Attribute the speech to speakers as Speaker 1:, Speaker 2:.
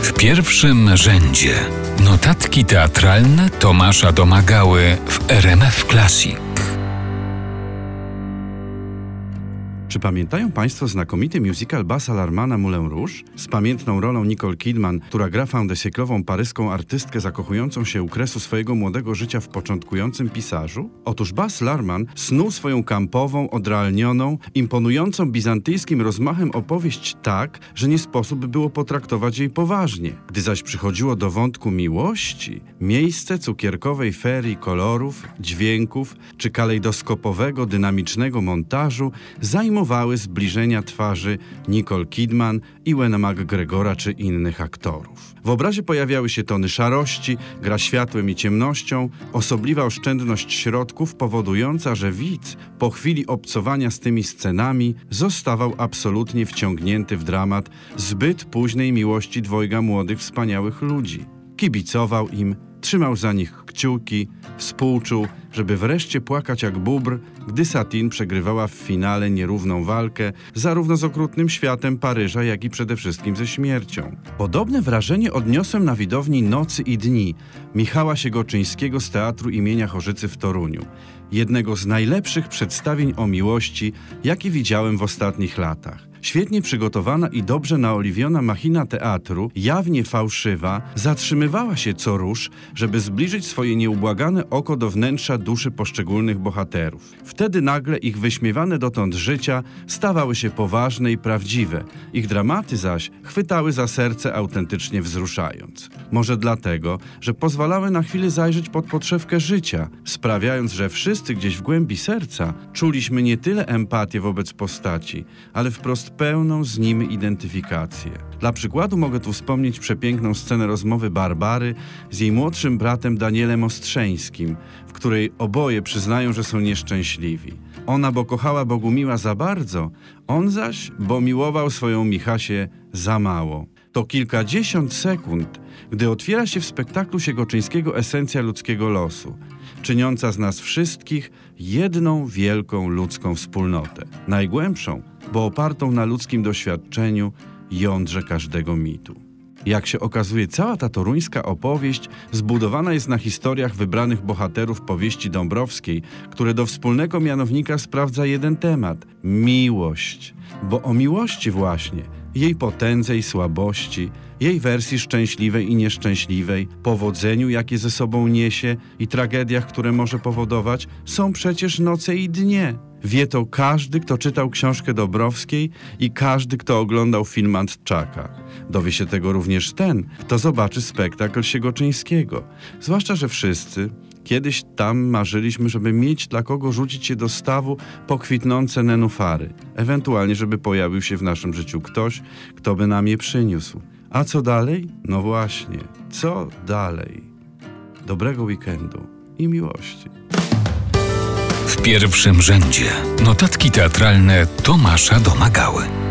Speaker 1: W pierwszym rzędzie. Notatki teatralne Tomasza Domagały w RMF Classic.
Speaker 2: Czy pamiętają Państwo znakomity musical Bassa Lermana Moulin Rouge z pamiętną rolą Nicole Kidman, która gra fandesieklową paryską artystkę zakochującą się u kresu swojego młodego życia w początkującym pisarzu? Otóż Bas Lerman snuł swoją kampową, odrealnioną, imponującą bizantyjskim rozmachem opowieść tak, że nie sposób było potraktować jej poważnie. Gdy zaś przychodziło do wątku miłości, miejsce cukierkowej ferii kolorów, dźwięków czy kalejdoskopowego, dynamicznego montażu zajmowały zbliżenia twarzy Nicole Kidman, Ewena McGregora czy innych aktorów. W obrazie pojawiały się tony szarości, gra światłem i ciemnością, osobliwa oszczędność środków powodująca, że widz po chwili obcowania z tymi scenami zostawał absolutnie wciągnięty w dramat zbyt późnej miłości dwojga młodych, wspaniałych ludzi. Kibicował im, trzymał za nich kciuki, współczuł, żeby wreszcie płakać jak bóbr, gdy Satine przegrywała w finale nierówną walkę zarówno z okrutnym światem Paryża, jak i przede wszystkim ze śmiercią. Podobne wrażenie odniosłem na widowni Nocy i dni Michała Siegoczyńskiego z Teatru imienia Chorzycy w Toruniu. Jednego z najlepszych przedstawień o miłości, jakie widziałem w ostatnich latach. Świetnie przygotowana i dobrze naoliwiona machina teatru, jawnie fałszywa, zatrzymywała się co rusz, żeby zbliżyć swoje nieubłagane oko do wnętrza duszy poszczególnych bohaterów. Wtedy nagle ich wyśmiewane dotąd życia stawały się poważne i prawdziwe. Ich dramaty zaś chwytały za serce autentycznie wzruszając. Może dlatego, że pozwalały na chwilę zajrzeć pod podszewkę życia, sprawiając, że wszyscy gdzieś w głębi serca czuliśmy nie tyle empatię wobec postaci, ale wprost pełną z nimi identyfikację. Dla przykładu mogę tu wspomnieć przepiękną scenę rozmowy Barbary z jej młodszym bratem Danielem Ostrzeńskim, w której oboje przyznają, że są nieszczęśliwi. Ona, bo kochała Bogumiła za bardzo, on zaś, bo miłował swoją Michasię za mało. To kilkadziesiąt sekund, gdy otwiera się w spektaklu Siegoczyńskiego esencja ludzkiego losu, czyniąca z nas wszystkich jedną wielką ludzką wspólnotę. Najgłębszą, bo opartą na ludzkim doświadczeniu, jądrze każdego mitu. Jak się okazuje, cała ta toruńska opowieść zbudowana jest na historiach wybranych bohaterów powieści Dąbrowskiej, które do wspólnego mianownika sprawdza jeden temat – miłość. Bo o miłości właśnie, jej potędze i słabości, jej wersji szczęśliwej i nieszczęśliwej, powodzeniu, jakie ze sobą niesie i tragediach, które może powodować, są przecież noce i dnie. Wie to każdy, kto czytał książkę Dąbrowskiej i każdy, kto oglądał film Antczaka. Dowie się tego również ten, kto zobaczy spektakl Siegoczyńskiego. Zwłaszcza, że wszyscy kiedyś tam marzyliśmy, żeby mieć dla kogo rzucić się do stawu pokwitnące nenufary. Ewentualnie, żeby pojawił się w naszym życiu ktoś, kto by nam je przyniósł. A co dalej? No właśnie, co dalej? Dobrego weekendu i miłości.
Speaker 1: W pierwszym rzędzie. Notatki teatralne Tomasza Domagały.